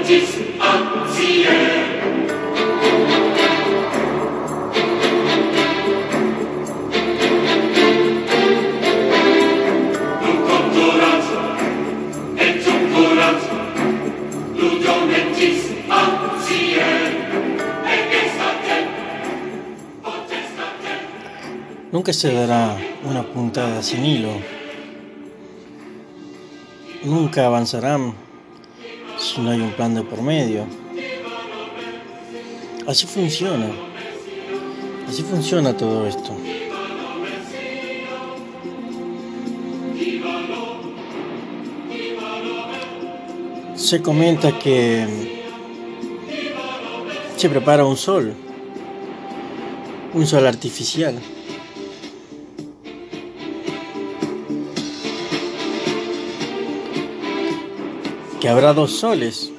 Nunca se dará una puntada sin hilo. Nunca avanzarán si no hay un plan de por medio. Así funciona. Así funciona todo esto. Se comenta que se prepara un sol artificial. Que habrá dos soles,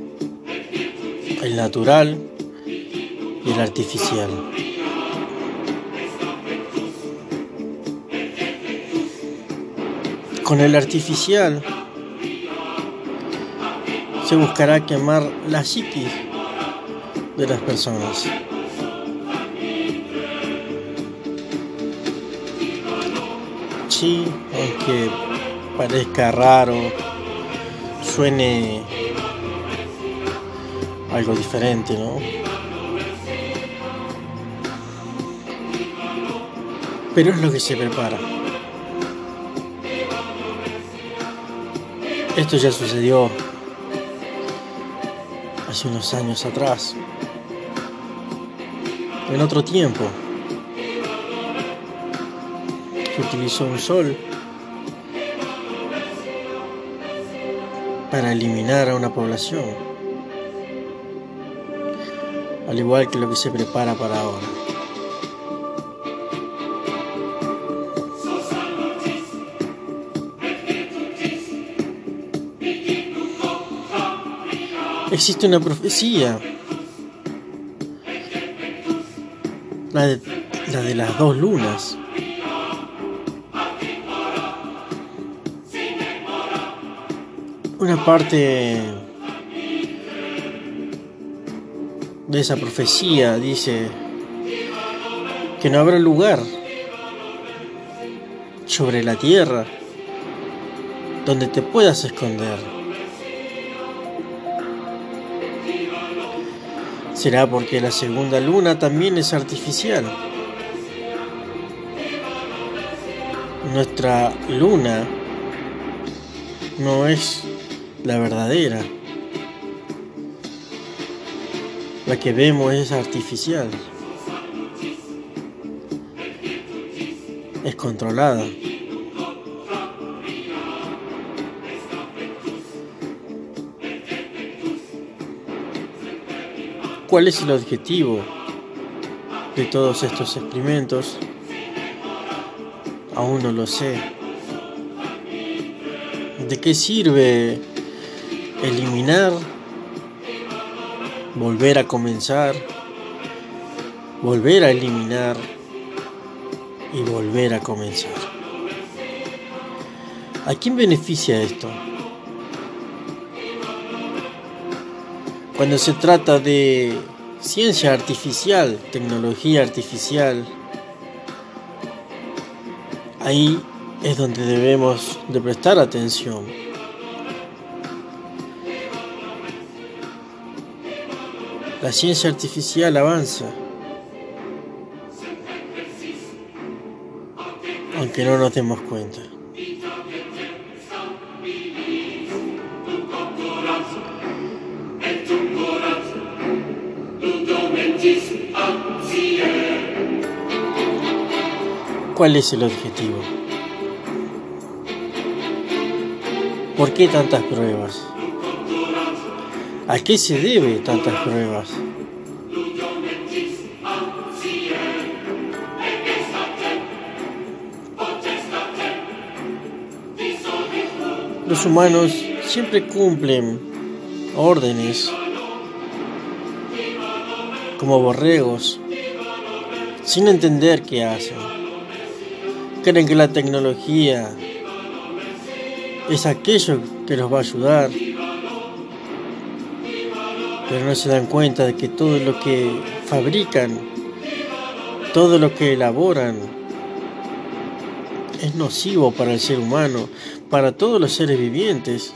el natural y el artificial. Con el artificial se buscará quemar la psiquis de las personas. Sí, aunque parezca raro, suene algo diferente, ¿no? Pero es lo que se prepara. Esto ya sucedió hace unos años atrás, en otro tiempo. Se utilizó un sol para eliminar a una población, al igual que lo que se prepara para ahora. Existe una profecía, la de las dos lunas. Una parte de esa profecía dice que no habrá lugar sobre la tierra donde te puedas esconder. Será porque la segunda luna también es artificial. Nuestra luna no es la verdadera. La que vemos es artificial. Es controlada. ¿Cuál es el objetivo de todos estos experimentos? Aún no lo sé. ¿De qué sirve eliminar, volver a comenzar, volver a eliminar y volver a comenzar? ¿A quién beneficia esto? Cuando se trata de ciencia artificial, tecnología artificial, ahí es donde debemos de prestar atención. La ciencia artificial avanza, aunque no nos demos cuenta. ¿Cuál es el objetivo? ¿Por qué tantas pruebas? ¿A qué se debe tantas pruebas? Los humanos siempre cumplen órdenes como borregos, sin entender qué hacen. Creen que la tecnología es aquello que los va a ayudar, pero no se dan cuenta de que todo lo que fabrican, todo lo que elaboran, es nocivo para el ser humano, para todos los seres vivientes.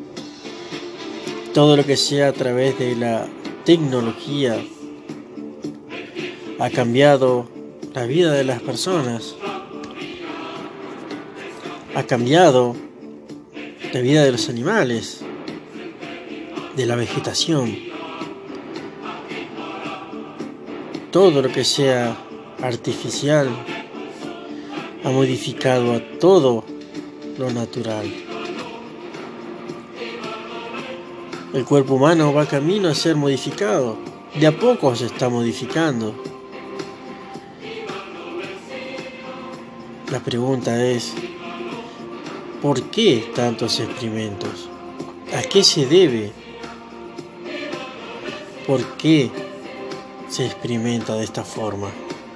Todo lo que sea a través de la tecnología ha cambiado la vida de las personas, ha cambiado la vida de los animales, de la vegetación. Todo lo que sea artificial ha modificado a todo lo natural. El cuerpo humano va camino a ser modificado. De a poco se está modificando. La pregunta es, ¿por qué tantos experimentos? ¿A qué se debe? ¿Por qué se experimenta de esta forma?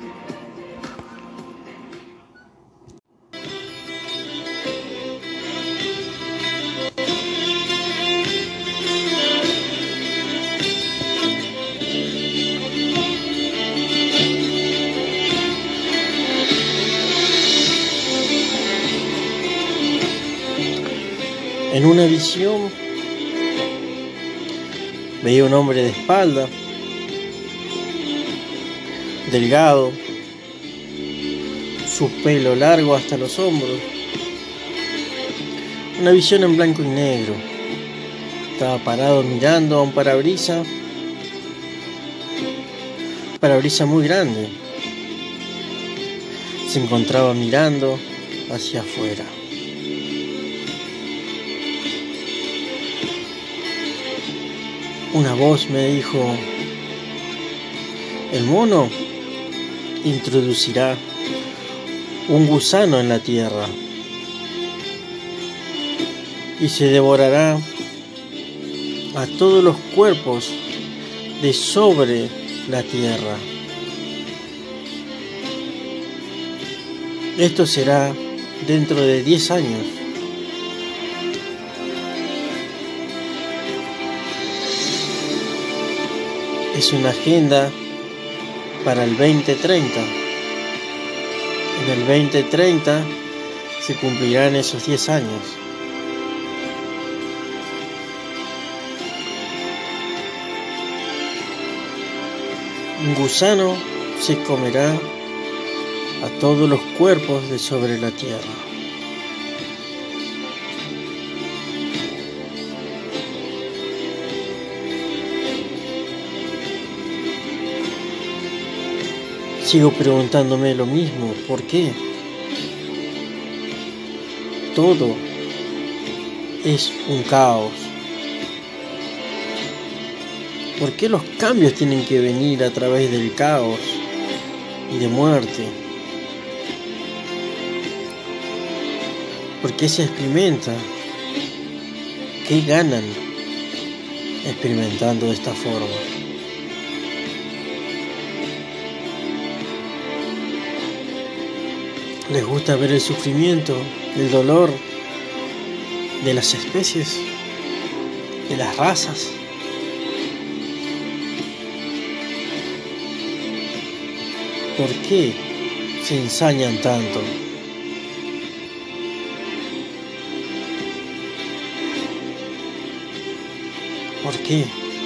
En una visión veía un hombre de espalda, delgado, su pelo largo hasta los hombros. Una visión en blanco y negro. Estaba parado mirando a un parabrisa muy grande. Se encontraba mirando hacia afuera. Una voz me dijo, el mono introducirá un gusano en la tierra y se devorará a todos los cuerpos de sobre la tierra. Esto será dentro de 10 años. Es una agenda para el 2030. En el 2030 se cumplirán esos 10 años. Un gusano se comerá a todos los cuerpos de sobre la tierra. Sigo preguntándome lo mismo, ¿por qué? Todo es un caos. ¿Por qué los cambios tienen que venir a través del caos y de muerte? ¿Por qué se experimenta? ¿Qué ganan experimentando de esta forma? ¿Les gusta ver el sufrimiento, el dolor de las especies, de las razas? ¿Por qué se ensañan tanto? ¿Por qué?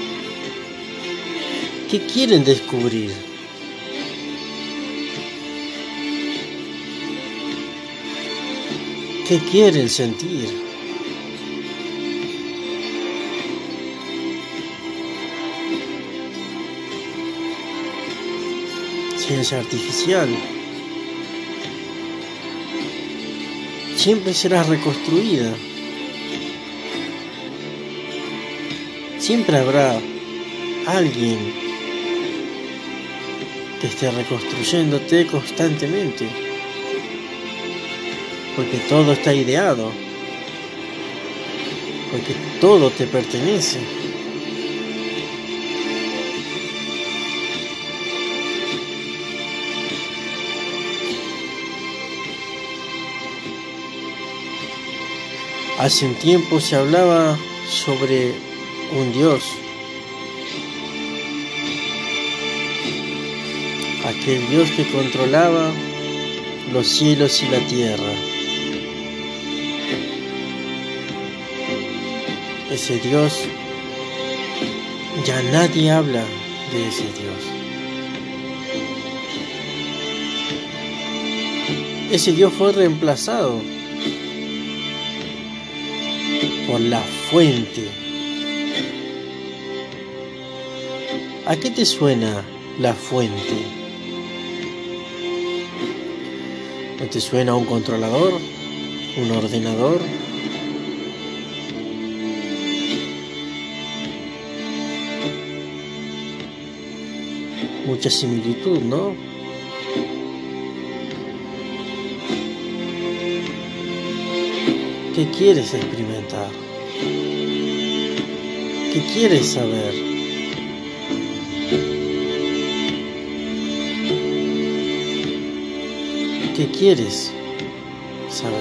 ¿Qué quieren descubrir? ¿Qué quieren sentir? Ciencia artificial siempre será reconstruida. Siempre habrá alguien que esté reconstruyéndote constantemente. Porque todo está ideado, porque todo te pertenece. Hace un tiempo se hablaba sobre un Dios, aquel Dios que controlaba los cielos y la tierra. Ese Dios, ya nadie habla de ese Dios. Ese Dios fue reemplazado por la fuente. ¿A qué te suena la fuente? ¿No te suena un controlador? ¿Un ordenador? Mucha similitud, ¿no? ¿Qué quieres experimentar? ¿Qué quieres saber? ¿Qué quieres saber?